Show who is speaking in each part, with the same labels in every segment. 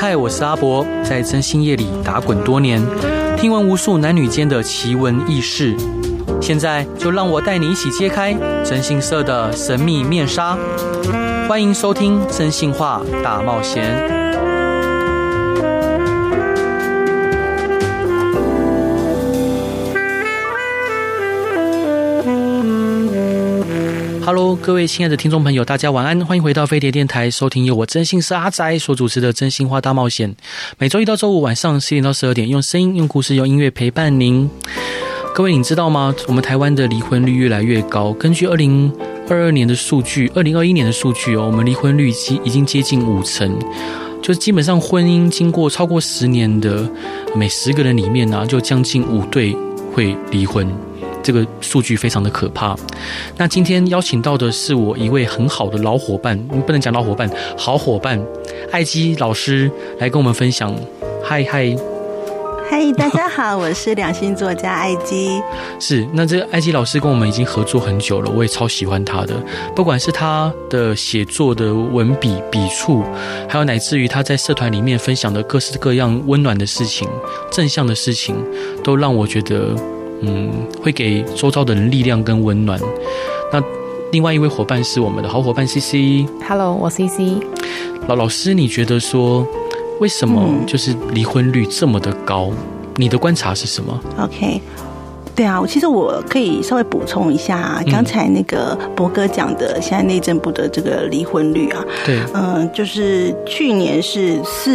Speaker 1: 嗨，我是阿伯，在真心夜里打滚多年，听闻无数男女间的奇闻异事。现在就让我带你一起揭开真心社的神秘面纱。欢迎收听真心话大冒险。Hello， 各位亲爱的听众朋友，大家晚安，欢迎回到飞碟电台，收听由我真心是阿宅所主持的真心话大冒险。每周一到周五晚上10点到12点，用声音、用故事、用音乐陪伴您。各位，你知道吗？我们台湾的离婚率越来越高。根据2022年的数据，2021年的数据我们离婚率已经接近50%。就是基本上婚姻经过超过10年的，每10个人里面呢，就将近5对会离婚。这个数据非常的可怕。那今天邀请到的是我一位很好的老伙伴，不能讲老伙伴，好伙伴，艾姬老师来跟我们分享。嗨，
Speaker 2: 大家好，我是两性作家艾姬。
Speaker 1: 是，那这个艾姬老师跟我们已经合作很久了，我也超喜欢他的，不管是他的写作的文笔、笔触，还有乃至于他在社团里面分享的各式各样温暖的事情、正向的事情，都让我觉得会给周遭的人力量跟温暖。那另外一位伙伴是我们的好伙伴 CC。Hello，
Speaker 3: 我 CC。
Speaker 1: 老师，你觉得说为什么就是离婚率这么的高？你的观察是什么
Speaker 2: ？OK， 对啊，其实我可以稍微补充一下刚才那个博哥讲的，现在内政部的这个离婚率啊，
Speaker 1: 对，
Speaker 2: 就是去年是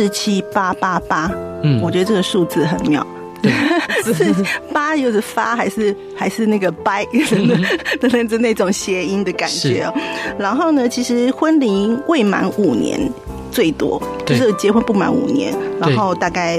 Speaker 2: 47888，我觉得这个数字很妙。是8又是发还是那个掰的那种谐音的感觉哦。然后呢，其实婚龄未满5年最多，就是结婚不满5年，然后大概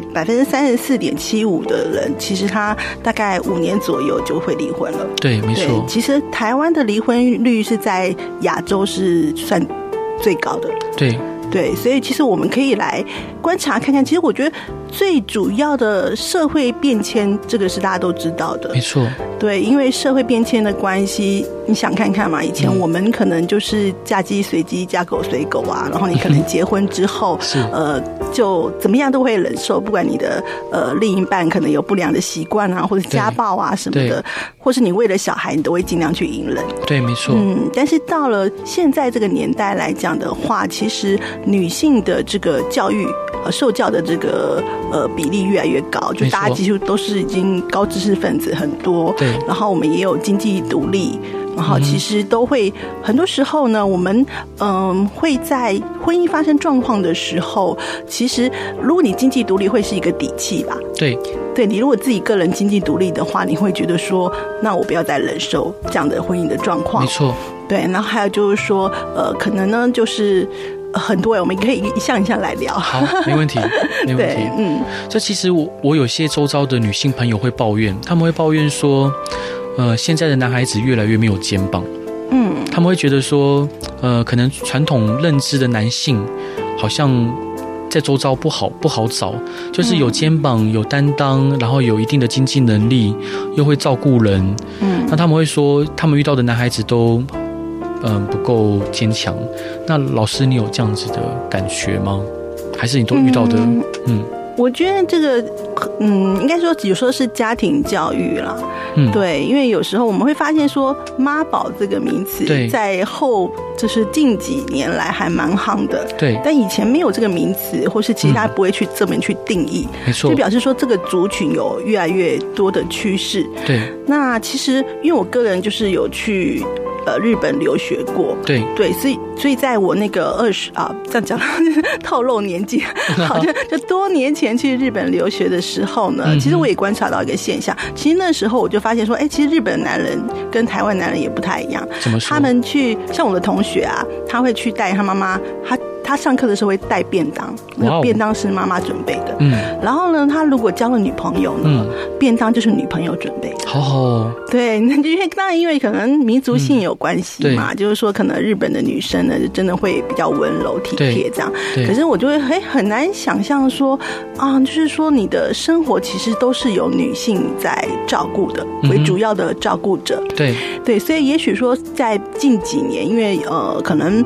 Speaker 2: 34.75%的人，其实他大概5年左右就会离婚了。
Speaker 1: 对，没错。
Speaker 2: 其实台湾的离婚率是在亚洲是算最高的。对，所以其实我们可以来观察看看，其实我觉得最主要的社会变迁，这个是大家都知道的，
Speaker 1: 没错。对，
Speaker 2: 因为社会变迁的关系，你想看看嘛，以前我们可能就是嫁鸡随鸡，嫁狗随狗啊，然后你可能结婚之后，就怎么样都会忍受，不管你的另一半可能有不良的习惯啊，或者家暴啊什么的，或是你为了小孩，你都会尽量去隐忍。
Speaker 1: 对，没错。
Speaker 2: 但是到了现在这个年代来讲的话，其实女性的这个教育受教的这个比例越来越高，就大家几乎都是已经高知识分子很多，
Speaker 1: 对，
Speaker 2: 然后我们也有经济独立，然后其实都会很多时候呢，我们会在婚姻发生状况的时候，其实如果你经济独立会是一个底气吧。对，你如果自己个人经济独立的话，你会觉得说，那我不要再忍受这样的婚姻的状况。
Speaker 1: 没错。对，
Speaker 2: 然后还有就是说，可能呢就是很多我们可以一项一项来聊。
Speaker 1: 好，没问题。对，这其实我有些周遭的女性朋友会抱怨，他们会抱怨说，现在的男孩子越来越没有肩膀。他们会觉得说，可能传统认知的男性好像在周遭不好找，就是有肩膀、有担当，然后有一定的经济能力，又会照顾人。那他们会说，他们遇到的男孩子都不够坚强。那老师，你有这样子的感觉吗？还是你都遇到的？
Speaker 2: 我觉得这个，应该说有时候是家庭教育啦。对，因为有时候我们会发现说，妈宝这个名词在就是近几年来还蛮夯的。对，但以前没有这个名词，或是其他不会去这么去定义。没错，就表示说这个族群有越来越多的趋势。对，那其实因为我个人就是有去日本留学过。对，所以在我那个这样讲透露年纪，好像就多年前去日本留学的时候呢，其实我也观察到一个现象。其实那时候我就发现说，其实日本男人跟台湾男人也不太一样。怎么说？他们去像我的同学啊，他会去带他妈妈，他上课的时候会带便当，那个便当是妈妈准备的。然后呢，他如果交了女朋友呢，便当就是女朋友准备的。好，对，当然因为可能民族性有关系嘛，就是说可能日本的女生呢，就真的会比较温柔体贴这样。可是我就会很难想象说就是说你的生活其实都是由女性在照顾的，为主要的照顾者。对，所以也许说在近几年，因为可能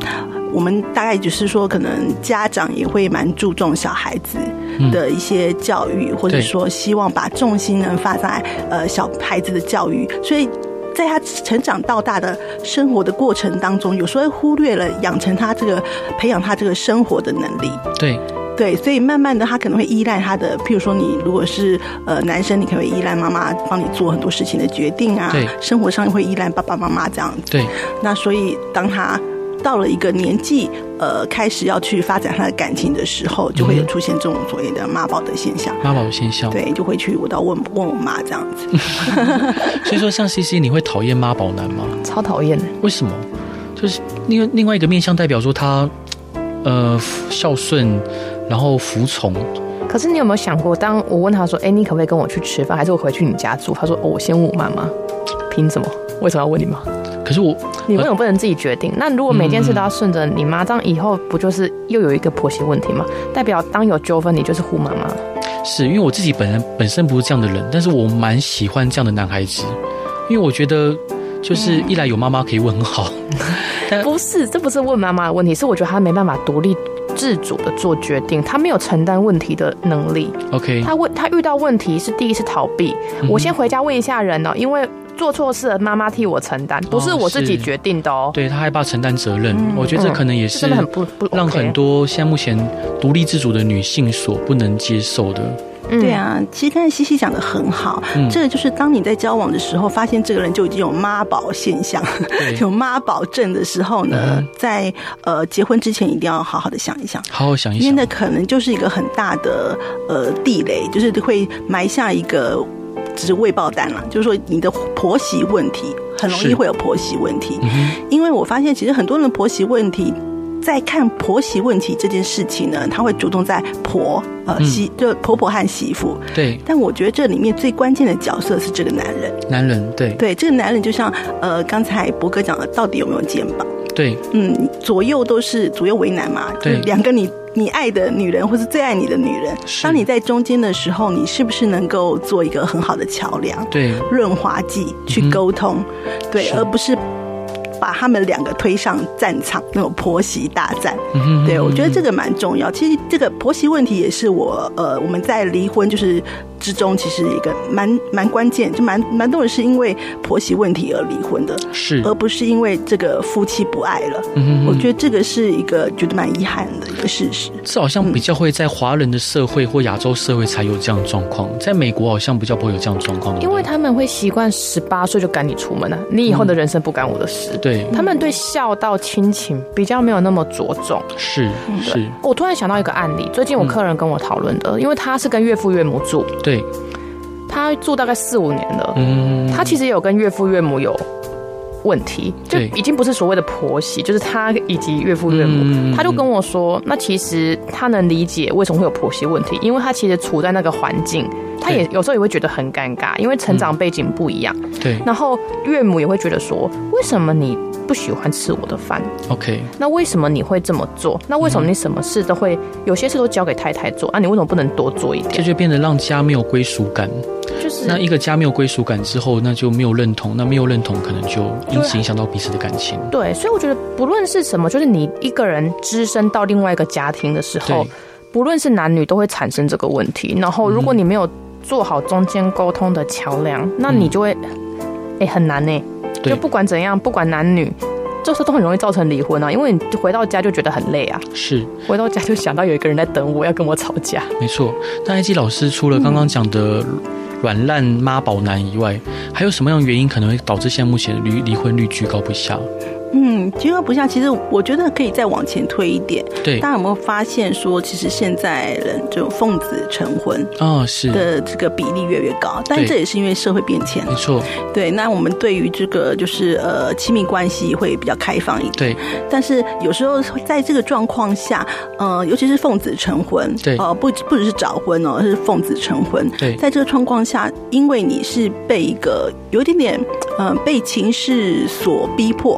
Speaker 2: 我们大概就是说，可能家长也会蛮注重小孩子的一些教育，或者说希望把重心呢放在小孩子的教育，所以在他成长到大的生活的过程当中，有时候会忽略了培养他这个生活的能力。对，所以慢慢的他可能会依赖他的，譬如说你如果是男生，你可能会依赖妈妈帮你做很多事情的决定啊，生活上会依赖爸爸妈妈这样子。
Speaker 1: 对，
Speaker 2: 那所以当他到了一个年纪，开始要去发展他的感情的时候，就会有出现这种所谓的妈宝的现象。
Speaker 1: 妈宝的现象，对，
Speaker 2: 就会去问我妈这样子。
Speaker 1: 所以说，像 CC， 你会讨厌妈宝男吗？
Speaker 3: 超讨厌的。
Speaker 1: 为什么？就是另外一个面向代表说他孝顺，然后服从。
Speaker 3: 可是你有没有想过，当我问他说：“你可不可以跟我去吃饭，还是我回去你家住？”他说：“我先问我妈妈。”凭什么？为什么要问你妈？
Speaker 1: 可是
Speaker 3: 你为什么不能自己决定？那如果每件事都要顺着你妈，这样以后不就是又有一个婆媳问题吗？代表当有纠纷，你就是护妈妈。
Speaker 1: 是因为我自己本身不是这样的人，但是我蛮喜欢这样的男孩子，因为我觉得就是一来有妈妈可以问很好。
Speaker 3: 不是，这不是问妈妈的问题，是我觉得他没办法独立自主的做决定，他没有承担问题的能力。
Speaker 1: OK，
Speaker 3: 他遇到问题是第一是逃避，我先回家问一下人哦，因为做错事了，妈妈替我承担，不是我自己决定的哦。
Speaker 1: 对，他害怕承担责任，我觉得这可能也是让很多现在目前独立自主的女性所不能接受的。
Speaker 2: 对啊，其实刚才西西讲的很好，这个就是当你在交往的时候，发现这个人就已经有妈宝现象，有妈宝症的时候呢，在结婚之前一定要好好的想一想，因为那可能就是一个很大的地雷，就是会埋下一个只是未爆弹啦，就是说你的婆媳问题很容易会有婆媳问题，因为我发现其实很多人的婆媳问题。在看婆媳问题这件事情呢，他会主动在就婆婆和媳妇。
Speaker 1: 对。
Speaker 2: 但我觉得这里面最关键的角色是这个男人。对，这个男人就像刚才博哥讲的，到底有没有肩膀？
Speaker 1: 对。
Speaker 2: 左右为难嘛。对。两个你爱的女人或是最爱你的女人，当你在中间的时候，你是不是能够做一个很好的桥梁？
Speaker 1: 对。
Speaker 2: 润滑剂去沟通，对，而不是把他们两个推上战场，那种婆媳大战。对，我觉得这个蛮重要。其实这个婆媳问题也是我们在离婚之中，其实一个蛮关键，就蛮多人是因为婆媳问题而离婚的，而不是因为这个夫妻不爱了。我觉得这个是一个觉得蛮遗憾的一个事实。
Speaker 1: 这好像比较会在华人的社会或亚洲社会才有这样的状况，在美国好像比较不会有这样的状况，
Speaker 3: 因为他们会习惯18岁就赶你出门啊，你以后的人生不干我的事。
Speaker 1: 对，
Speaker 3: 他们对孝道亲情比较没有那么着重。
Speaker 1: 是。
Speaker 3: 我突然想到一个案例，最近我客人跟我讨论的，因为他是跟岳父岳母住。
Speaker 1: 对。
Speaker 3: 他住大概4-5年了，他其实有跟岳父岳母有问题，就已经不是所谓的婆媳，就是他以及岳父岳母。他就跟我说，那其实他能理解为什么会有婆媳问题，因为他其实处在那个环境，他也有时候也会觉得很尴尬，因为成长背景不一样。
Speaker 1: 对。
Speaker 3: 然后岳母也会觉得说，为什么你不喜欢吃我的饭
Speaker 1: ？OK。
Speaker 3: 那为什么你会这么做？那为什么你什么事都会有些事都交给太太做啊？你为什么不能多做一点？
Speaker 1: 这就变得让家没有归属感。那一个家没有归属感之后，那就没有认同，那没有认同可能就因此影响到彼此的感情。
Speaker 3: 对，所以我觉得不论是什么，就是你一个人只身到另外一个家庭的时候，不论是男女都会产生这个问题。然后如果你没有做好中间沟通的桥梁，那你就会很难呢。就不管怎样，不管男女，这都很容易造成离婚啊，因为你回到家就觉得很累啊。
Speaker 1: 是，
Speaker 3: 回到家就想到有一个人在等我，要跟我吵架。
Speaker 1: 没错。那艾姬老师除了刚刚讲的软烂妈宝男以外，还有什么样的原因可能会导致现在目前离婚率居高不下？
Speaker 2: 居高不下，其实我觉得可以再往前推一点。
Speaker 1: 对，
Speaker 2: 大家有没有发现说，其实现在人就奉子成婚
Speaker 1: 是
Speaker 2: 的这个比例越来越高，但这也是因为社会变迁。
Speaker 1: 没错。对，
Speaker 2: 那我们对于这个就是亲密关系会比较开放一点。
Speaker 1: 对。
Speaker 2: 但是有时候在这个状况下，尤其是奉子成婚，
Speaker 1: 对，
Speaker 2: 不只是早婚哦，是奉子成婚。
Speaker 1: 对，
Speaker 2: 在这个状况下，因为你是被一个有一点点被情势所逼迫。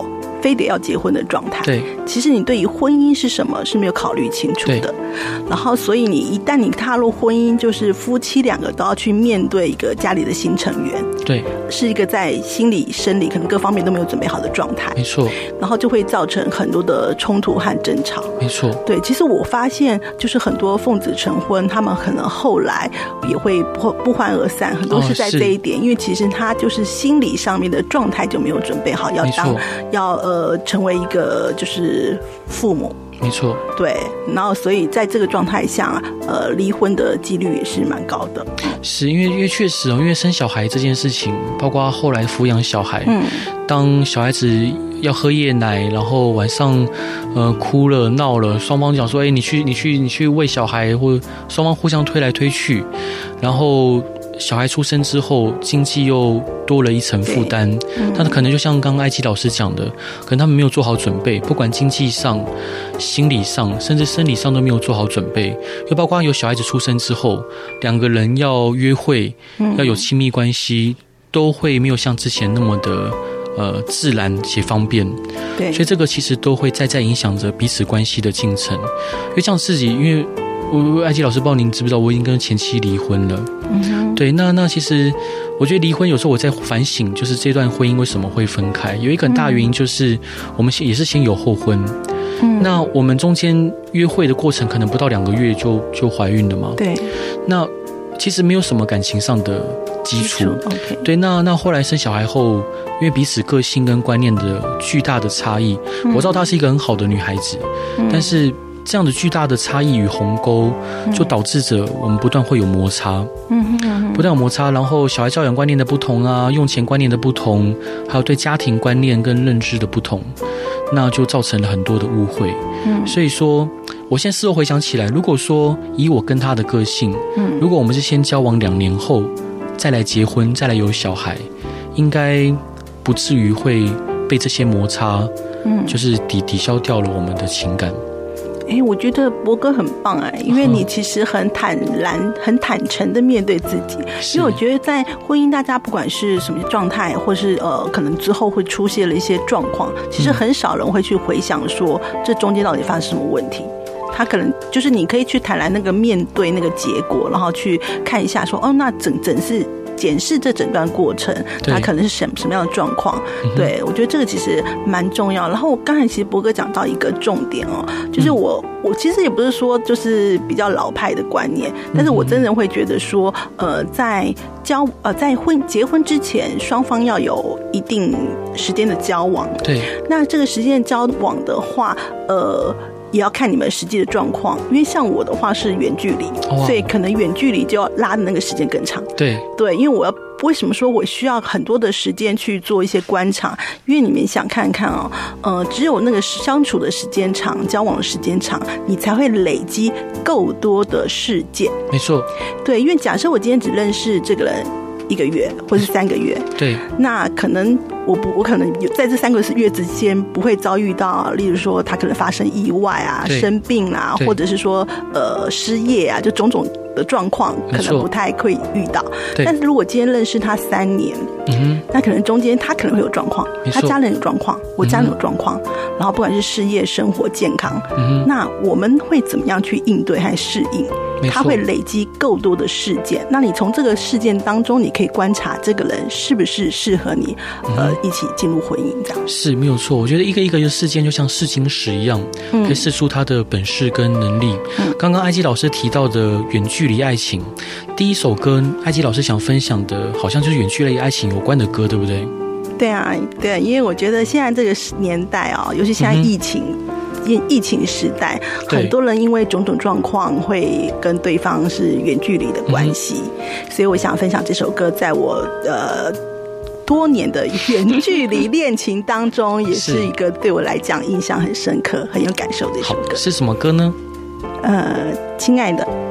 Speaker 2: 非得要结婚的状态。
Speaker 1: 对，
Speaker 2: 其实你对于婚姻是什么是没有考虑清楚的。然后，所以一旦你踏入婚姻，就是夫妻两个都要去面对一个家里的新成员。
Speaker 1: 对，
Speaker 2: 是一个在心理、生理可能各方面都没有准备好的状态。
Speaker 1: 没错。然
Speaker 2: 后就会造成很多的冲突和争吵。
Speaker 1: 没错。
Speaker 2: 对，其实我发现就是很多奉子成婚，他们可能后来也会不欢而散，很多是在这一点，因为其实他就是心理上面的状态就没有准备好，要成为一个就是父母。
Speaker 1: 没错。
Speaker 2: 对，然后所以在这个状态下，离婚的几率也是蛮高的。
Speaker 1: 是因为确实因为生小孩这件事情，包括后来抚养小孩，当小孩子要喝夜奶，然后晚上哭了闹了，双方讲说，你去喂小孩，或双方互相推来推去，然后小孩出生之后，经济又多了一层负担，他可能就像刚刚艾姬老师讲的，可能他们没有做好准备，不管经济上、心理上，甚至生理上都没有做好准备。又包括有小孩子出生之后，两个人要约会，要有亲密关系，都会没有像之前那么的自然且方便。
Speaker 2: 对，
Speaker 1: 所以这个其实都会在影响着彼此关系的进程。因为像自己，因为艾姬老师不知道您知不知道，我已经跟前妻离婚了。对，那其实我觉得离婚有时候我在反省，就是这段婚姻为什么会分开，有一个很大的原因就是我们也是先有后婚。那我们中间约会的过程可能不到2个月就怀孕了嘛。
Speaker 2: 对，
Speaker 1: 那其实没有什么感情上的基础。对，那后来生小孩后，因为彼此个性跟观念的巨大的差异，我知道她是一个很好的女孩子，但是这样的巨大的差异与鸿沟，就导致着我们不断会有摩擦，不断有摩擦，然后小孩教养观念的不同啊，用钱观念的不同，还有对家庭观念跟认知的不同，那就造成了很多的误会。所以说，我现在事后回想起来，如果说以我跟他的个性，如果我们是先交往2年后再来结婚，再来有小孩，应该不至于会被这些摩擦，就是抵消掉了我们的情感。
Speaker 2: 我觉得博哥很棒因为你其实很坦然、很坦诚的面对自己。因为我觉得在婚姻，大家不管是什么状态，或是可能之后会出现了一些状况，其实很少人会去回想说这中间到底发生什么问题。他可能就是你可以去坦然那个面对那个结果，然后去看一下说那整是检视这整段过程，它可能是什么样的状况。对，我觉得这个其实蛮重要。然后我刚才其实博哥讲到一个重点就是我其实也不是说就是比较老派的观念，但是我真的会觉得说在结婚之前，双方要有一定时间的交往。
Speaker 1: 对，
Speaker 2: 那这个时间的交往的话也要看你们实际的状况，因为像我的话是远距离，所以可能远距离就要拉的那个时间更长。对，因为为什么说我需要很多的时间去做一些观察？因为你们想看看只有那个相处的时间长，交往的时间长，你才会累积够多的事件。没错，对，因为假设我今天只认识这个人1个月或是3个月，对，那可能我可能在这3个月之间不会遭遇到，例如说他可能发生意外啊、生病啊，或者是说失业啊，就种种的状况可能不太会遇到。但是如果今天认识他3年，那可能中间他可能会有状况，他家人有状况，我家人有状况，然后不管是事业、生活、健康，那我们会怎么样去应对和适应？他会累积够多的事件，那你从这个事件当中，你可以观察这个人是不是适合你一起进入婚姻，这样是没有错。我觉得一个一个的事件就像试金石一样，可以试出他的本事跟能力。刚刚艾姬老师提到的远距离爱情，第一首歌艾姬老师想分享的好像就是远距离爱情有关的歌，对不对？对啊，对，因为我觉得现在这个年代尤其现在疫情时代，很多人因为种种状况会跟对方是远距离的关系，所以我想分享这首歌，在我多年的远距离恋情当中，也是一个对我来讲印象很深刻、很有感受的一首歌。是什么歌呢？亲爱的，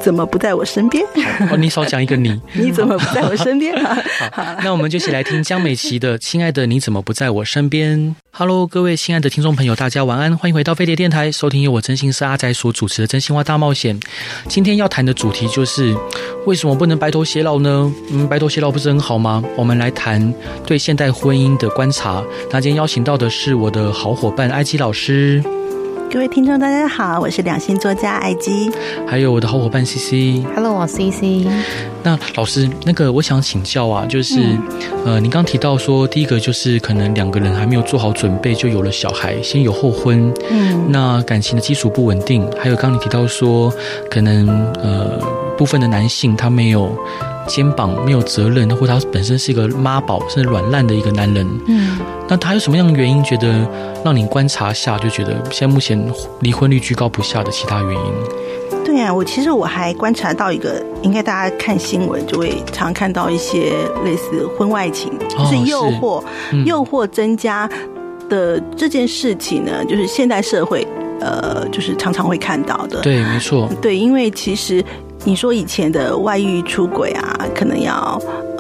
Speaker 2: 怎么不在我身边？
Speaker 1: 你少讲一个你，
Speaker 2: 你怎么不在我身边？
Speaker 1: 好，那我们就一起来听江美琪的《亲爱的你怎么不在我身边》。Hello， 各位亲爱的听众朋友，大家晚安，欢迎回到飞碟电台，收听由我真心是阿宅所主持的真心话大冒险。今天要谈的主题就是为什么不能白头偕老呢？白头偕老不是很好吗？我们来谈对现代婚姻的观察。那今天邀请到的是我的好伙伴艾姬老师。
Speaker 2: 各位听众大家好，我是两性作家艾姬，
Speaker 1: 还有我的好伙伴 CC。Hello，
Speaker 3: 我 CC。
Speaker 1: 那老师，我想请教啊，就是你刚提到说，第一个就是可能两个人还没有做好准备就有了小孩，先有后婚，那感情的基础不稳定，还有刚你提到说，可能部分的男性他没有肩膀，没有责任，或者他本身是一个妈宝甚至软烂的一个男人，那他有什么样的原因觉得让你观察下就觉得现在目前离婚率居高不下的其他原因？
Speaker 2: 对啊，其实我还观察到一个，应该大家看新闻就会常看到一些类似婚外情，就是诱惑增加的这件事情呢，就是现代社会就是常常会看到的。
Speaker 1: 对，没错。
Speaker 2: 对，因为其实你说以前的外遇出轨啊，可能要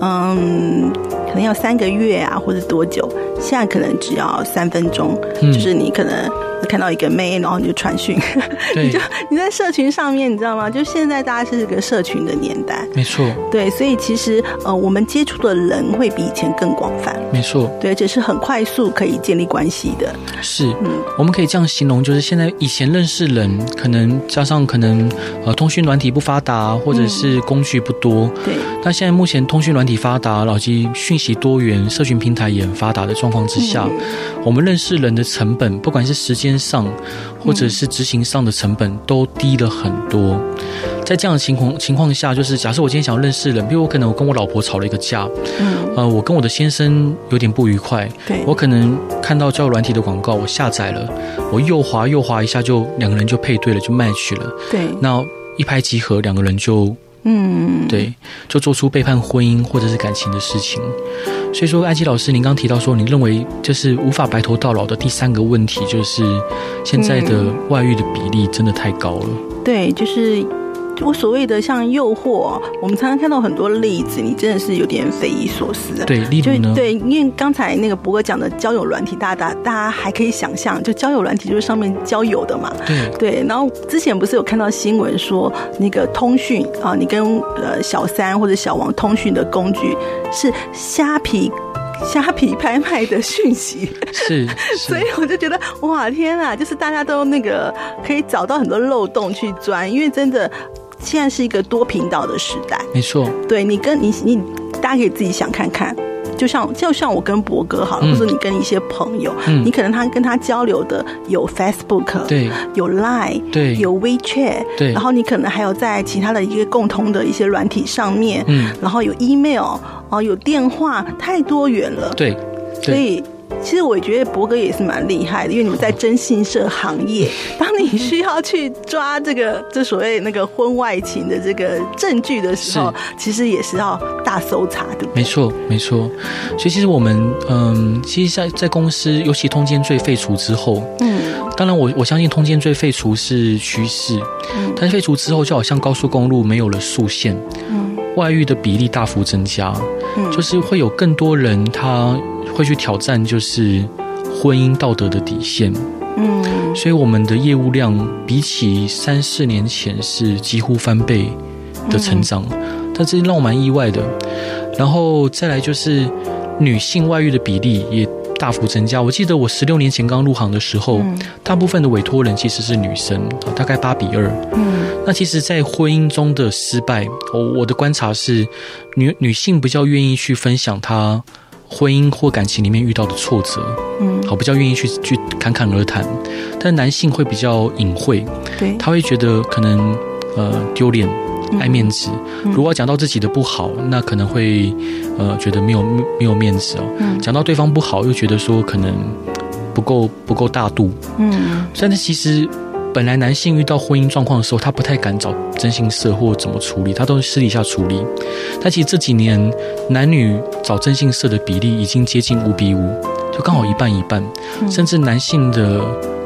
Speaker 2: 3个月啊，或者多久？现在可能只要3分钟，就是你可能看到一个妹，然后你就传讯，你在社群上面，你知道吗？就现在大家是个社群的年代，
Speaker 1: 没错。对，
Speaker 2: 所以其实我们接触的人会比以前更广泛，
Speaker 1: 没错。对，
Speaker 2: 而且是很快速可以建立关系的。
Speaker 1: 是，我们可以这样形容，就是现在以前认识人，可能加上可能通讯软体不发达，或者是工具不多。对。那现在目前通讯软体发达，以及讯息多元，社群平台也很发达的状况之下，我们认识人的成本，不管是时间上或者是执行上的成本都低了很多。在这样的情况下，就是假设我今天想要认识人，比如我可能跟我老婆吵了一个架，我跟我的先生有点不愉快，我可能看到交友软体的广告，我下载了，我右滑一下就两个人就配对了，就 match 了。对，那一拍即合，两个人就对，就做出背叛婚姻或者是感情的事情。所以说，艾姬老师，您刚提到说，你认为就是无法白头到老的第3个问题，就是现在的外遇的比例真的太高了。对，就是我所谓的像诱惑，我们常常看到很多例子，你真的是有点匪夷所思啊。对，例如呢？对，因为刚才那个博哥讲的交友软体，大家还可以想象，就交友软体就是上面交友的嘛。对，然后之前不是有看到新闻说，那个通讯啊，你跟小三或者小王通讯的工具是虾皮拍卖的讯息，是所以我就觉得哇天啊，就是大家都可以找到很多漏洞去钻，因为真的现在是一个多频道的时代。没错，对，你大家可以自己想看看。就像我跟博哥好了，或者你跟一些朋友，你可能他跟他交流的有 Facebook， 对，有 Line， 对，有 WeChat， 对，然后你可能还有在其他的一个共同的一些软体上面，然后有 email， 有电话，太多元了，对，所以其实我觉得博哥也是蛮厉害的，因为你们在征信社行业，当你需要去抓这所谓婚外情的这个证据的时候，其实也是要大搜查，对不对？没错，没错。所以其实我们其实在公司，尤其通奸罪废除之后，当然我相信通奸罪废除是趋势，但是废除之后，就好像高速公路没有了速限，外遇的比例大幅增加，就是会有更多人他会去挑战就是婚姻道德的底线，所以我们的业务量比起3-4年前是几乎翻倍的成长，但这让我蛮意外的。然后再来就是女性外遇的比例也大幅增加。我记得我16年前刚入行的时候，大部分的委托人其实是女生，大概8:2。那其实在婚姻中的失败，我的观察是女性比较愿意去分享她婚姻或感情里面遇到的挫折，比较愿意去侃侃而谈，但男性会比较隐晦，对，他会觉得可能丢脸、爱面子，如果讲到自己的不好，那可能会觉得没有面子讲到对方不好，又觉得说可能不够大度，但是其实本来男性遇到婚姻状况的时候，他不太敢找征信社或怎么处理，他都是私底下处理。但其实这几年男女找征信社的比例已经接近5:5，就刚好一半一半，甚至男性的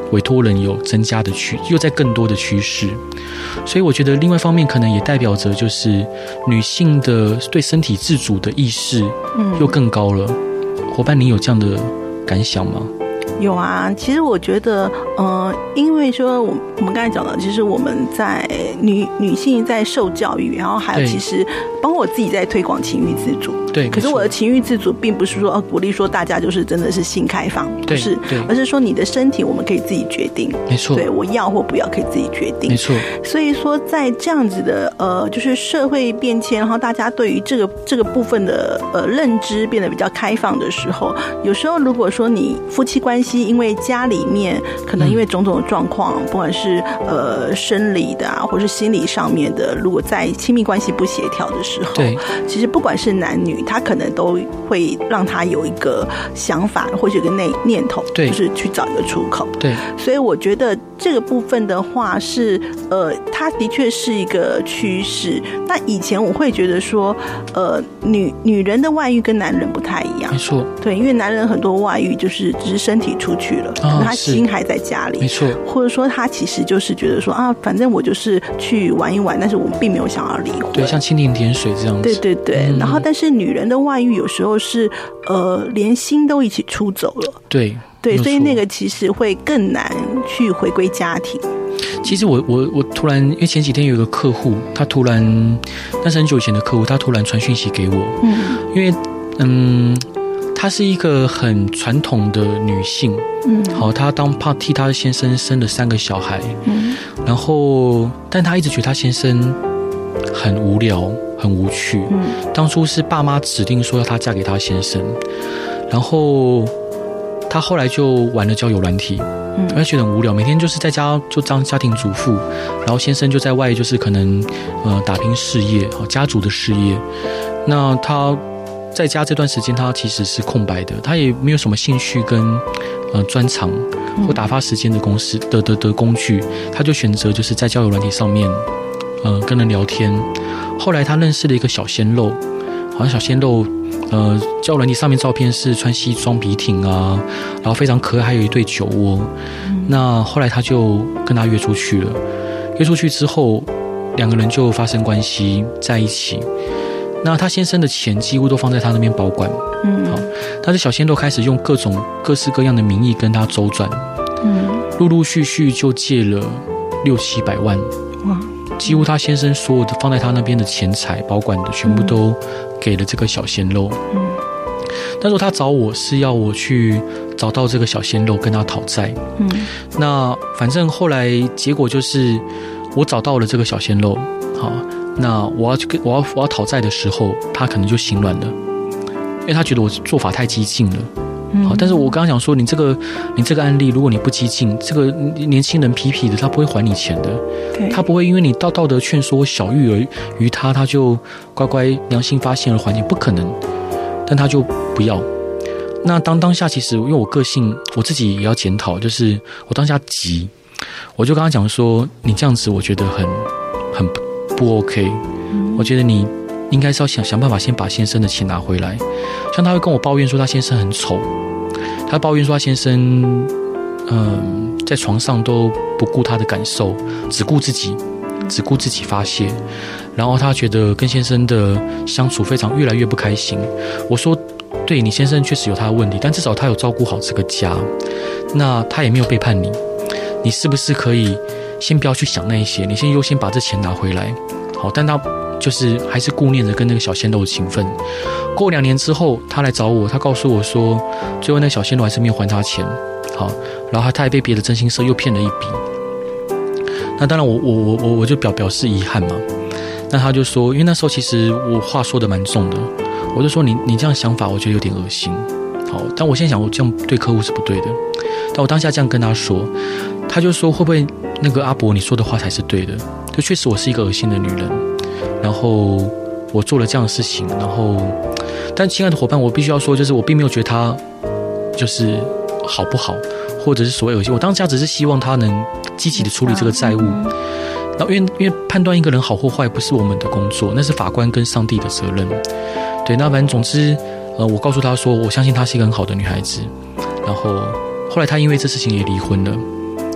Speaker 1: 委托人有增加的又在更多的趋势，所以我觉得另外一方面可能也代表着就是女性的对身体自主的意识又更高了。伙伴，你有这样的感想吗？
Speaker 2: 有啊，其实我觉得，因为说我们刚才讲的，其实我们在女性在受教育，然后还有其实包括我自己在推广情欲自主。
Speaker 1: 对，
Speaker 2: 可是我的情欲自主并不是说鼓励说大家就是真的是性开放，不是，而是说你的身体我们可以自己决定，
Speaker 1: 没错，
Speaker 2: 对我要或不要可以自己决定，
Speaker 1: 没错。
Speaker 2: 所以说在这样子的就是社会变迁，然后大家对于这个部分的认知变得比较开放的时候，有时候如果说你夫妻关系因为家里面可能因为种种的状况，不管是生理的啊，或是心理上面的，如果在亲密关系不协调的时候，对，其实不管是男女，他可能都会让他有一个想法，或者有个念头，对，就是去找一个出口。对，所以我觉得这个部分的话是，它的确是一个趋势。那以前我会觉得说，女人的外遇跟男人不太一样，没错，对，因为男人很多外遇就是只是身体出去了，可能他心还在家里，没错，或者说他其实就是觉得说啊，反正我就是去玩一玩，但是我并没有想要离婚，
Speaker 1: 对，像蜻蜓点水这样子，
Speaker 2: 对对对。然后，但是女人的外遇有时候是连心都一起出走了，对对，所以那个其实会更难去回归家庭。
Speaker 1: 其实我突然，因为前几天有一个客户，他突然，那是很久以前的客户，他突然传讯息给我，因为她是一个很传统的女性，好，她替她的先生生了3个小孩，然后，但她一直觉得她先生很无聊、很无趣。当初是爸妈指定说要她嫁给她先生，然后她后来就玩了交友软体，她觉得很无聊，每天就是在家就当家庭主妇，然后先生就在外就是可能打拼事业，家族的事业。那她在家这段时间，他其实是空白的，他也没有什么兴趣跟专长或打发时间的工具，他就选择就是在交友软体上面跟人聊天。后来他认识了一个小鲜肉，好像小鲜肉交友软体上面照片是穿西装笔挺啊，然后非常可爱，还有一对酒窝。那后来他就跟他约出去了，约出去之后2个人就发生关系在一起。那他先生的钱几乎都放在他那边保管，好，但是小鲜肉开始用各式各样的名义跟他周转，陆陆续续就借了600-700万，哇，几乎他先生所有的放在他那边的钱财保管的全部都给了这个小鲜肉。那时候他找我是要我去找到这个小鲜肉跟他讨债，那反正后来结果就是我找到了这个小鲜肉，好。那我要讨债的时候，他可能就心软了，因为他觉得我做法太激进了。好，但是我刚刚讲说，你这个案例，如果你不激进，这个年轻人痞痞的，他不会还你钱的。他不会因为你道德劝说小于他就乖乖良心发现而还你，不可能。但他就不要。那当下其实因为我个性，我自己也要检讨，就是我当下急，我就跟他讲说，你这样子，我觉得很不 OK， 我觉得你应该是要想办法先把先生的钱拿回来。像他会跟我抱怨说他先生很丑，他抱怨说他先生在床上都不顾他的感受，只顾自己发泄，然后他觉得跟先生的相处越来越不开心。我说对，你先生确实有他的问题，但至少他有照顾好这个家，那他也没有背叛你，你是不是可以先不要去想那一些，你先优先把这钱拿回来。好，但他就是还是顾念着跟那个小鲜肉的情分。过2年之后，他来找我，他告诉我说，最后那个小鲜肉还是没有还他钱。好，然后他还被别的征信社又骗了一笔。那当然我就表示遗憾嘛。那他就说，因为那时候其实我话说的蛮重的，我就说你这样想法，我觉得有点恶心。好，但我现在想，我这样对客户是不对的。但我当下这样跟他说，他就说会不会那个阿伯你说的话才是对的？就确实我是一个恶心的女人，然后我做了这样的事情，然后，但亲爱的伙伴，我必须要说，就是我并没有觉得他就是好不好，或者是所谓恶心。我当下只是希望他能积极的处理这个债务。然后因为判断一个人好或坏不是我们的工作，那是法官跟上帝的责任。对，那反正总之，我告诉他说，我相信她是一个很好的女孩子。然后后来她因为这事情也离婚了。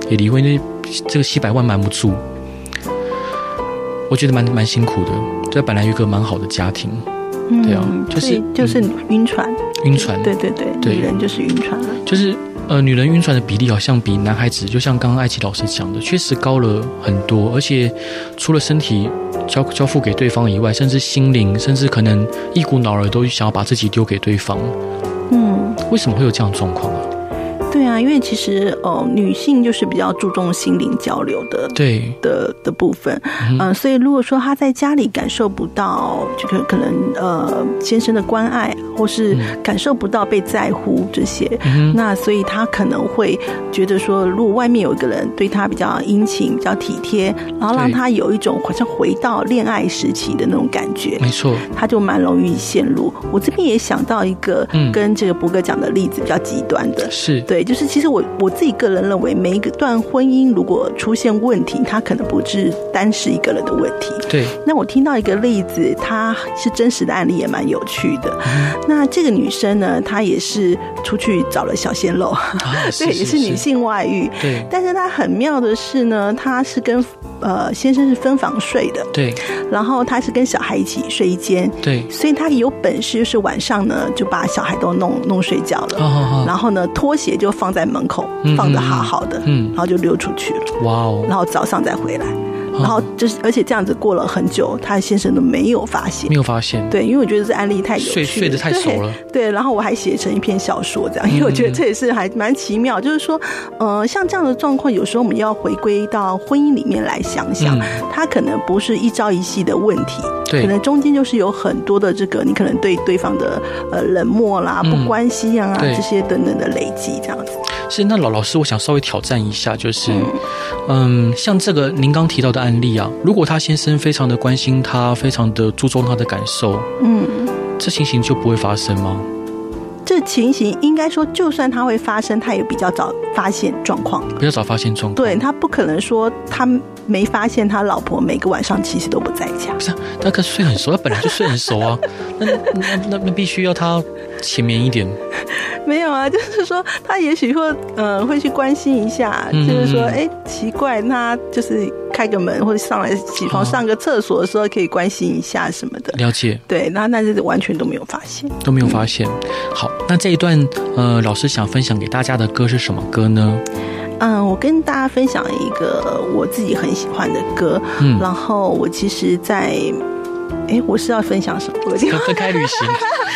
Speaker 1: 也离婚，因为这个700万瞒不住，我觉得蛮辛苦的。这本来有一个蛮好的家庭，对啊，
Speaker 2: 就是晕船，对，女人就是晕船了，
Speaker 1: 就是女人晕船的比例好像比男孩子，就像刚刚艾琪老师讲的，确实高了很多，而且除了身体交付给对方以外，甚至心灵，甚至可能一股脑儿都想要把自己丢给对方。为什么会有这样的状况啊？
Speaker 2: 对啊，因为其实女性就是比较注重心灵交流的，对的部分，所以如果说她在家里感受不到这个可能先生的关爱，或是感受不到被在乎这些，那所以她可能会觉得说，如果外面有一个人对她比较殷勤、比较体贴，然后让她有一种好像回到恋爱时期的那种感觉，
Speaker 1: 没错，
Speaker 2: 她就蛮容易陷入。我这边也想到一个跟这个博哥讲的例子比较极端的，
Speaker 1: 是
Speaker 2: 对。就是其实我自己个人认为，每一个段婚姻如果出现问题，它可能不是单是一个人的问题。
Speaker 1: 对。
Speaker 2: 那我听到一个例子，它是真实的案例，也蛮有趣的。那这个女生呢，她也是出去找了小鲜肉，对，也是女性外遇。
Speaker 1: 对。
Speaker 2: 但是她很妙的是呢，她是跟先生是分房睡的。
Speaker 1: 对。
Speaker 2: 然后她是跟小孩一起睡一间。
Speaker 1: 对。
Speaker 2: 所以她有本事，就是晚上呢就把小孩都弄睡觉了。然后呢，拖鞋就放在门口，放得好好的，然后就溜出去了。哇哦！然后早上再回来，然后就是而且这样子过了很久，他的先生都没有发现，对，因为我觉得这案例太有趣了，
Speaker 1: 睡得太熟了。对，
Speaker 2: 然后我还写成一篇小说这样，因为我觉得这也是还蛮奇妙，就是说，像这样的状况，有时候我们要回归到婚姻里面来想想，它可能不是一朝一夕的问题，对，可能中间就是有很多的这个你可能对对方的冷漠啦、不关心啊这些等等的累积，这样子。
Speaker 1: 是，那老师，我想稍微挑战一下，就是，像这个您刚提到的案例啊，如果他先生非常的关心他，非常的注重他的感受，这情形就不会发生吗？
Speaker 2: 这情形应该说，就算它会发生，他也比较早发现状况，对，他不可能说他没发现他老婆每个晚上其实都不在家。
Speaker 1: 不是，他可睡很熟，他本来就睡很熟啊，那必须要他前面一点。
Speaker 2: 没有啊，就是说他也许会去关心一下，就是说，奇怪，他就是开个门或者上来起床上个厕所的时候，可以关心一下什么的。
Speaker 1: 了解。对，
Speaker 2: 那是完全都没有发现，
Speaker 1: 好，那这一段老师想分享给大家的歌是什么歌呢？
Speaker 2: 我跟大家分享一个我自己很喜欢的歌，然后我其实在我是要分享什么？
Speaker 1: 分开旅行。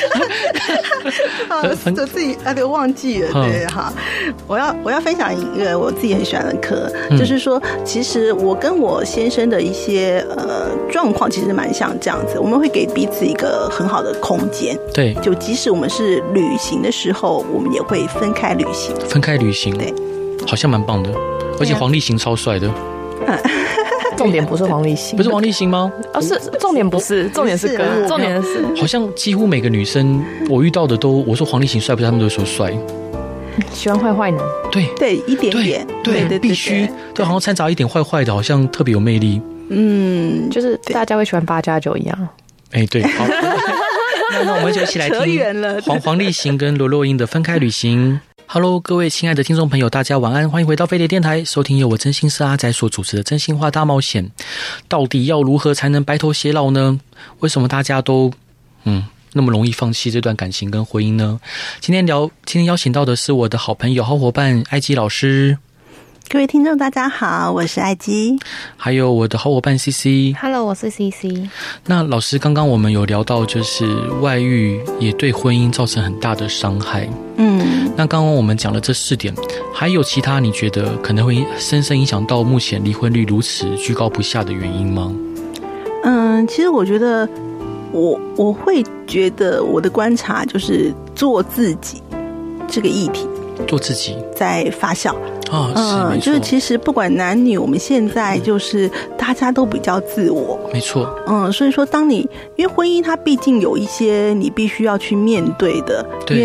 Speaker 2: 我自己都忘记了。对，好，我要分享一个我自己很喜欢的歌，就是说，其实我跟我先生的一些状况其实蛮像这样子，我们会给彼此一个很好的空间。对，就即使我们是旅行的时候，我们也会分开旅行。对，
Speaker 1: 好像蛮棒的，而且黄立行超帅的。
Speaker 3: 重点不是黄立行，
Speaker 1: 不是黄立行吗？
Speaker 3: 是重点不是，重点是歌，重点是
Speaker 1: 好像几乎每个女生我遇到的都，我说黄立行帅不是，他们都说帅。
Speaker 3: 喜欢坏坏男，
Speaker 2: 对，一点点，
Speaker 1: 对，必须，对，好像掺杂一点坏坏的，好像特别有魅力。
Speaker 3: 就是大家会喜欢8+9一样。
Speaker 1: 对，好，那我们就一起来听黄立行跟罗洛英的《分开旅行》。Hello， 各位亲爱的听众朋友，大家晚安，欢迎回到飞碟电台，收听由我真心是阿仔所主持的真心话大冒险。到底要如何才能白头偕老呢？为什么大家都那么容易放弃这段感情跟婚姻呢？今天邀请到的是我的好朋友、好伙伴艾姬老师。
Speaker 2: 各位听众大家好，我是艾姬，
Speaker 1: 还有我的好伙伴 CC。Hello，
Speaker 3: 我是 CC。
Speaker 1: 那老师，刚刚我们有聊到，就是外遇也对婚姻造成很大的伤害。那刚刚我们讲了这4点，还有其他你觉得可能会深深影响到目前离婚率如此居高不下的原因吗？
Speaker 2: 其实我觉得我会觉得我的观察就是做自己这个议题，
Speaker 1: 做自己
Speaker 2: 在发酵。
Speaker 1: 就是
Speaker 2: 其实不管男女，我们现在就是大家都比较自我，
Speaker 1: 没错。
Speaker 2: 所以说因为婚姻它毕竟有一些你必须要去面对的，因为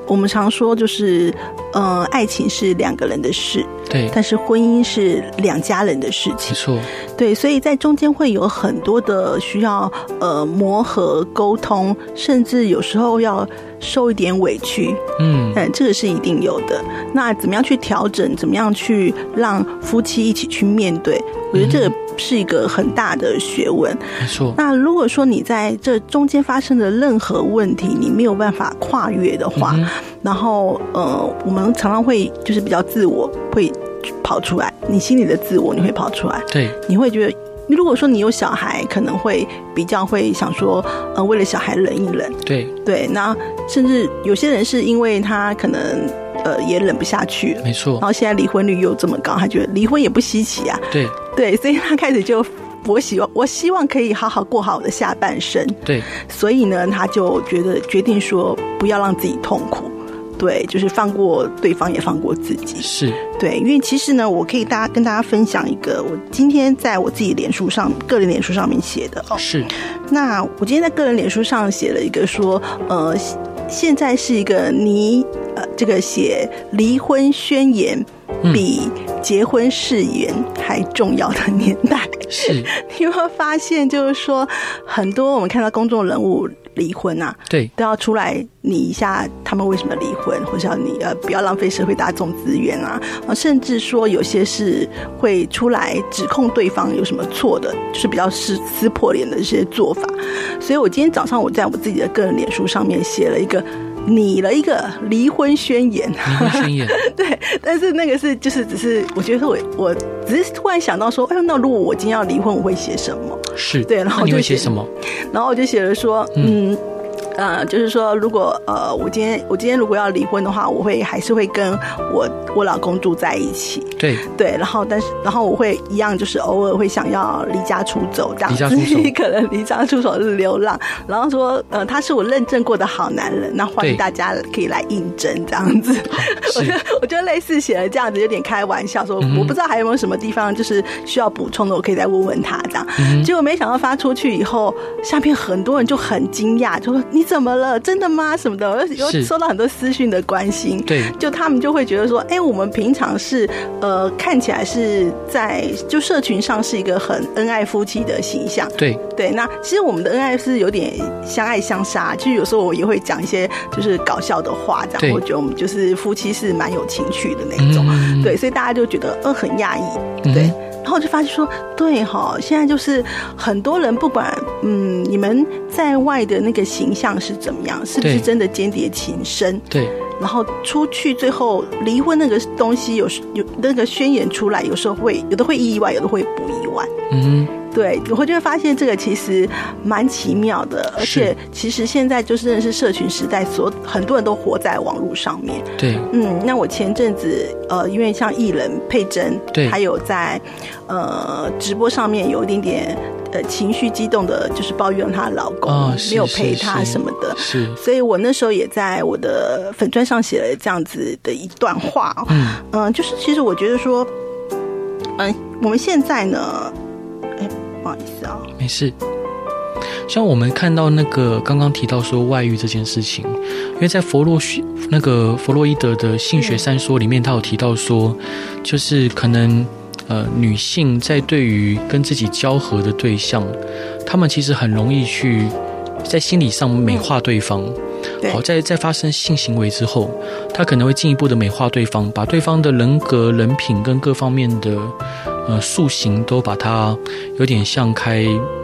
Speaker 2: 我们常说就是爱情是2个人的事，
Speaker 1: 对，
Speaker 2: 但是婚姻是2家人的事情，
Speaker 1: 没错，
Speaker 2: 对，所以在中间会有很多的需要磨合沟通，甚至有时候要受一点委屈，这个是一定有的。那怎么样去调整，怎么样去让夫妻一起去面对，我觉得这个是一个很大的学问，
Speaker 1: 没错。
Speaker 2: 那如果说你在这中间发生的任何问题你没有办法跨越的话，然后我们常常会就是比较自我会跑出来，你心里的自我你会跑出来，
Speaker 1: 对，
Speaker 2: 你会觉得如果说你有小孩，可能会比较会想说为了小孩忍一忍，对，那甚至有些人是因为他可能也忍不下去了，
Speaker 1: 没错，
Speaker 2: 然后现在离婚率又这么高，他觉得离婚也不稀奇啊，对，所以他开始就我希望可以好好过好我的下半生，对，所以呢他就决定说不要让自己痛苦，对，就是放过对方也放过自己，是对，因为其实呢我可以跟大家分享一个我今天在我自己个人脸书上面写的是，那我今天在个人脸书上写了一个说现在是一个这个写离婚宣言比结婚誓言还重要的年代，是你有没有发现就是说很多我们看到公众人物离婚啊，对，都要出来拟一下他们为什么离婚，或者要你不要浪费社会大众资源啊，甚至说有些是会出来指控对方有什么错的，就是比较撕破脸的这些做法。所以我今天早上我在我自己的个人脸书上面写了一个离婚宣言，对，但是那个是就是只是我觉得我只是突然想到说，那如果我今天要离婚我会写什么，是对，然后你会写什么，然后我就写了说就是说如果我今天如果要离婚的话，我还是会跟我老公住在一起，对，然后我会一样就是偶尔会想要离家出走这样子，可能离家出走是流浪，然后说他是我认证过的好男人，那欢迎大家可以来应征这样子，我就类似写了这样子，有点开玩笑说我不知道还有没有什么地方就是需要补充的，我可以再问问他这样，结果没想到发出去以后，下面很多人就很惊讶，就说你怎么了？真的吗？什么的，我又收到很多私讯的关心。对，就他们就会觉得说，我们平常是看起来是在就社群上是一个很恩爱夫妻的形象。对，那其实我们的恩爱是有点相爱相杀，就有时候我也会讲一些就是搞笑的话，这样我觉得我们就是夫妻是蛮有情趣的那种。对，所以大家就觉得很讶异。对。然后我就发现说，对现在就是很多人不管你们在外的那个形象是怎么样，是不是真的间谍情深，对，然后出去最后离婚那个东西有那个宣言出来，有时候有的会意外，有的会不意外，对，我就会发现这个其实蛮奇妙的，而且其实现在就真的是社群时代，很多人都活在网络上面。对，那我前阵子因为像艺人佩珍，对，还有在直播上面有一点点情绪激动的，就是抱怨她老公没有陪她什么的，是，所以我那时候也在我的粉专上写了这样子的一段话，就是其实我觉得说，我们现在呢。不好意思啊，没事。像我们看到那个刚刚提到说外遇这件事情，因为在弗洛伊德的性学三说里面，他有提到说，就是可能女性在对于跟自己交合的对象，她们其实很容易去在心理上美化对方。好，在发生性行为之后，她可能会进一步的美化对方，把对方的人格、人品跟各方面的塑形都把它有点像开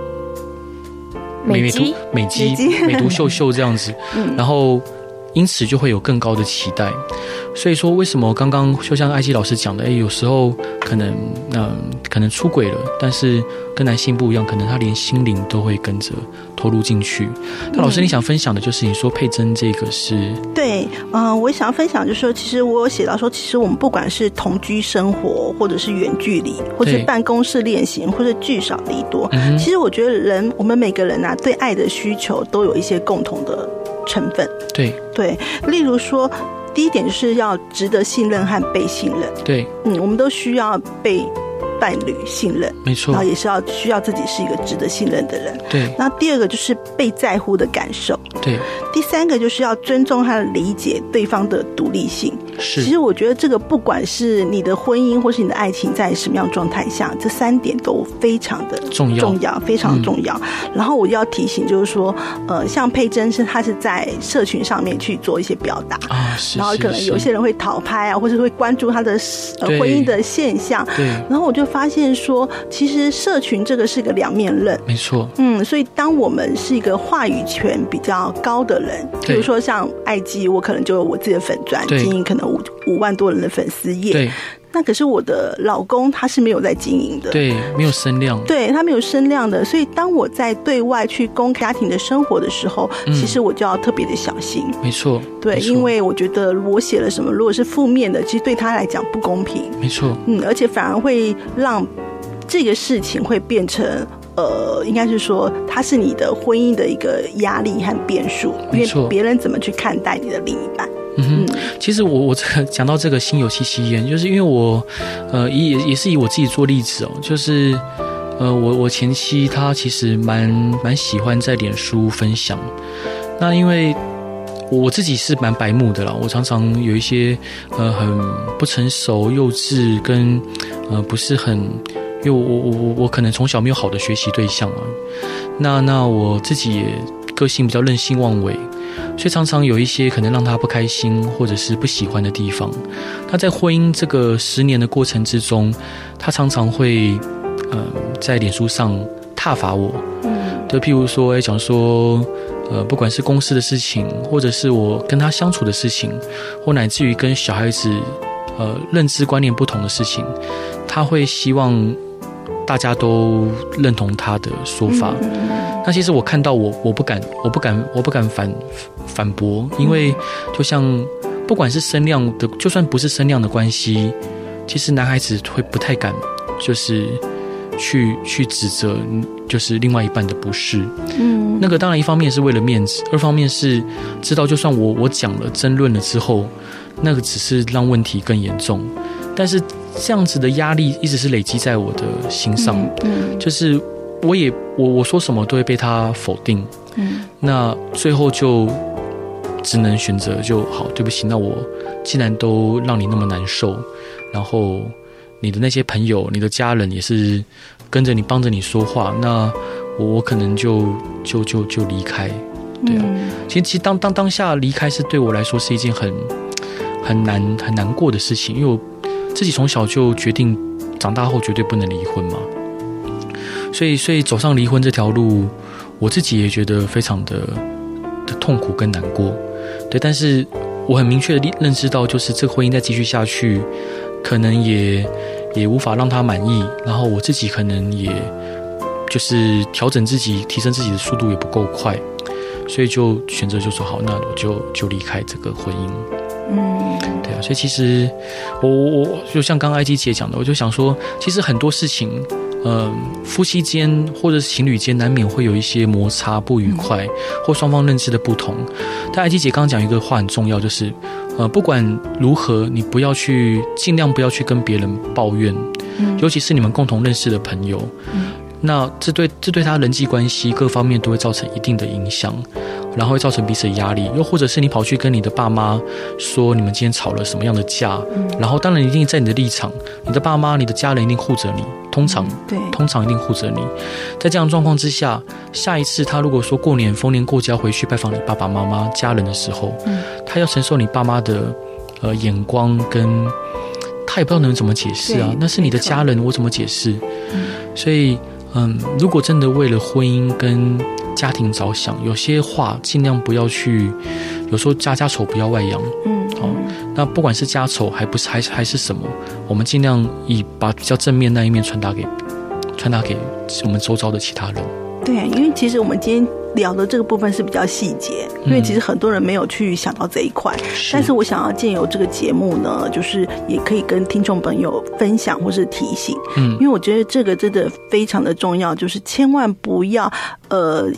Speaker 2: 美图秀秀这样子，然后因此就会有更高的期待。所以说为什么刚刚就像艾姬老师讲的，有时候可能出轨了，但是跟男性不一样，可能他连心灵都会跟着投入进去。那老师你想分享的就是你说佩珍这个是对，我想要分享就是说，其实我有写到说，其实我们不管是同居生活，或者是远距离，或者是办公室恋情，或者聚少离多，其实我觉得我们每个人啊，对爱的需求都有一些共同的成分。对，例如说第一点就是要值得信任和被信任。对，我们都需要被伴侣信任，
Speaker 1: 没错，
Speaker 2: 然后也是需要自己是一个值得信任的人。
Speaker 1: 对。
Speaker 2: 那第二个就是被在乎的感受。
Speaker 1: 对。
Speaker 2: 第三个就是要尊重和理解对方的独立性。
Speaker 1: 是。
Speaker 2: 其实我觉得这个不管是你的婚姻或是你的爱情在什么样的状态下，这3点都非常的重要，非常重要。然后我要提醒就是说，像佩珍她是在社群上面去做一些表达
Speaker 1: 啊，
Speaker 2: 然后可能有些人会讨拍啊，或是会关注她的婚姻的现象。
Speaker 1: 对。
Speaker 2: 然后我就发现说，其实社群这个是个两面刃。
Speaker 1: 没错。
Speaker 2: 所以当我们是一个话语权比较高的人，比如说像IG，我可能就有我自己的粉专，经营可能5万多人的粉丝页。
Speaker 1: 对。
Speaker 2: 那可是我的老公他是没有在经营的，
Speaker 1: 对，没有声量，
Speaker 2: 对，他没有声量的。所以当我在对外去公开家庭的生活的时候，其实我就要特别的小心。
Speaker 1: 没错，
Speaker 2: 对，因为我觉得我写了什么，如果是负面的，其实对他来讲不公平。
Speaker 1: 没错，
Speaker 2: 而且反而会让这个事情会变成应该是说它是你的婚姻的一个压力和变数，因为别人怎么去看待你的另一半。
Speaker 1: 其实我这个讲到这个心有戚戚焉，就是因为我也是以我自己做例子哦，就是我前妻她其实蛮喜欢在脸书分享，那因为我自己是蛮白目的啦，我常常有一些很不成熟、幼稚跟不是很，因为我可能从小没有好的学习对象啊，那我自己也个性比较任性妄为。所以常常有一些可能让他不开心或者是不喜欢的地方。他在婚姻这个10年的过程之中，他常常会在脸书上挞伐我。就譬如说讲说不管是公司的事情，或者是我跟他相处的事情，或乃至于跟小孩子认知观念不同的事情，他会希望大家都认同他的说法。那其实我看到我不敢反驳，因为就像不管是声量的，就算不是声量的关系，其实男孩子会不太敢就是去指责就是另外一半的不是。那个当然一方面是为了面子，二方面是知道就算我讲了争论了之后，那个只是让问题更严重。但是这样子的压力一直是累积在我的心上，就是我说什么都会被他否定，那最后就只能选择就好，对不起，那我既然都让你那么难受，然后你的那些朋友、你的家人也是跟着你帮着你说话，那我可能就离开，对啊。其实当下离开是对我来说是一件很难过的事情，因为我自己从小就决定长大后绝对不能离婚嘛。所以走上离婚这条路，我自己也觉得非常的痛苦跟难过，对。但是我很明确的认知到，就是这个婚姻再继续下去，可能也无法让他满意，然后我自己可能也就是调整自己、提升自己的速度也不够快，所以就选择就说好，那我就离开这个婚姻。对啊，所以其实我就像刚刚 IG 姐讲的，我就想说，其实很多事情。夫妻间或者是情侣间难免会有一些摩擦不愉快，或双方认知的不同。但艾姬姐刚刚讲一个话很重要，就是不管如何，你尽量不要去跟别人抱怨，尤其是你们共同认识的朋友。那这对他人际关系各方面都会造成一定的影响，然后会造成彼此的压力。又或者是你跑去跟你的爸妈说你们今天吵了什么样的架，然后当然一定在你的立场，你的爸妈、你的家人一定护着你，通常一定护着你。在这样的状况之下，下一次他如果说过年逢年过节要回去拜访你爸爸妈妈家人的时候，他要承受你爸妈的眼光，跟他也不知道能怎么解释啊，那是你的家人，我怎么解释？所以如果真的为了婚姻跟家庭着想，有些话尽量不要去，有时候家丑不要外扬。那不管是家丑还是什么，我们尽量把比较正面那一面传达给我们周遭的其他人。
Speaker 2: 对，因为其实我们今天聊的这个部分是比较细节，因为其实很多人没有去想到这一块。但是我想要借由这个节目呢，就是也可以跟听众朋友分享或是提醒。因为我觉得这个真的非常的重要，就是千万不要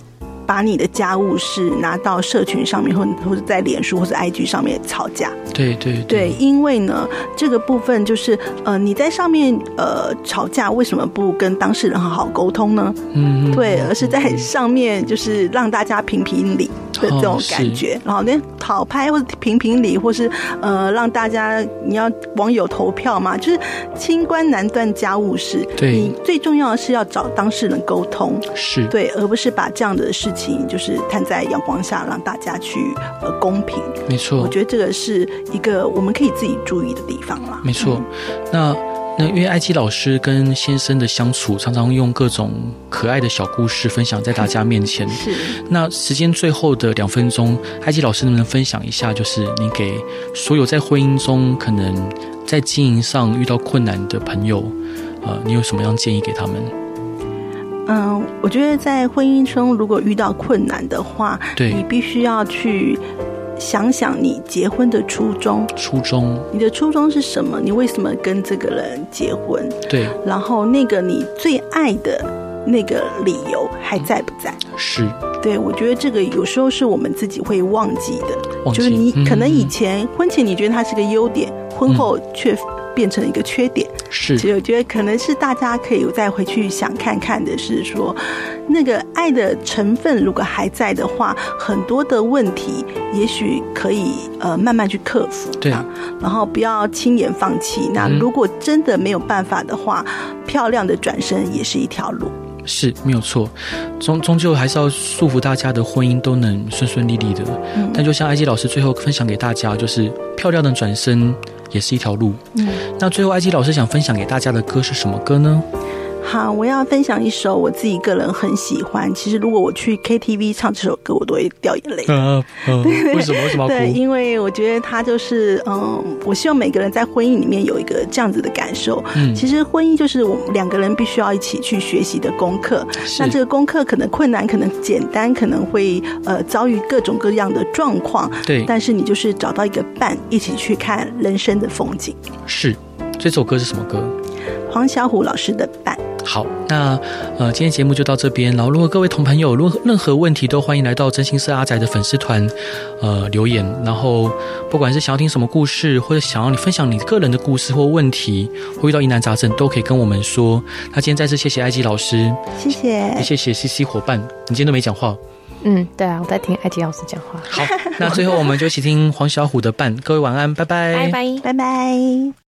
Speaker 2: 把你的家务事拿到社群上面，或者在脸书或者 IG 上面吵架。
Speaker 1: 对，
Speaker 2: 因为呢，这个部分就是你在上面吵架，为什么不跟当事人好好沟通呢？对，而是在上面就是让大家评评理的这种感觉，然后连讨拍或者评评理，或是让大家你要网友投票嘛，就是清官难断家务事。
Speaker 1: 对，
Speaker 2: 你最重要的是要找当事人沟通，
Speaker 1: 是对，
Speaker 2: 而不是把这样的事情就是摊在阳光下让大家去公平。
Speaker 1: 没错，
Speaker 2: 我觉得这个是一个我们可以自己注意的地方啦。
Speaker 1: 没错，那因为艾姬老师跟先生的相处，常常用各种可爱的小故事分享在大家面前。
Speaker 2: 是。那
Speaker 1: 时间最后的2分钟，艾姬老师能不能分享一下，就是你给所有在婚姻中可能在经营上遇到困难的朋友，你有什么样建议给他们？
Speaker 2: 我觉得在婚姻中，如果遇到困难的话，你必须要去想想你结婚的初衷，你的初衷是什么？你为什么跟这个人结婚？对，然后那个你最爱的那个理由还在不在？是，对，我觉得这个有时候是我们自己会忘记的，就是你可能以前婚前你觉得它是个优点，婚后却变成了一个缺点。是，所以我觉得可能是大家可以再回去想看看的是说，那个爱的成分如果还在的话，很多的问题也许可以慢慢去克服。对，然后不要轻言放弃。那如果真的没有办法的话，漂亮的转身也是一条路。是，没有错，终究还是要祝福大家的婚姻都能顺顺利利的。但就像艾姬老师最后分享给大家，就是漂亮的转身也是一条路。那最后艾姬老师想分享给大家的歌是什么歌呢？好，我要分享一首我自己个人很喜欢，其实如果我去 KTV 唱这首歌我都会掉眼泪。为什么要哭？对，因为我觉得它就是我希望每个人在婚姻里面有一个这样子的感受。其实婚姻就是我们2个人必须要一起去学习的功课。那这个功课可能困难，可能简单，可能会遭遇各种各样的状况。对，但是你就是找到一个伴，一起去看人生的风景。是，这首歌是什么歌？黄小琥老师的伴。好，那今天节目就到这边。然后如果各位同朋友任何问题都欢迎来到真心是阿宅的粉丝团留言，然后不管是想要听什么故事，或者想要你分享你个人的故事或问题，或遇到疑难杂症都可以跟我们说。那今天再次谢谢艾姬老师，谢谢，也谢谢 CC 伙伴，你今天都没讲话。对啊，我在听艾姬老师讲话。好，那最后我们就一起听黄小琥的伴。各位晚安，拜拜，拜拜，拜拜。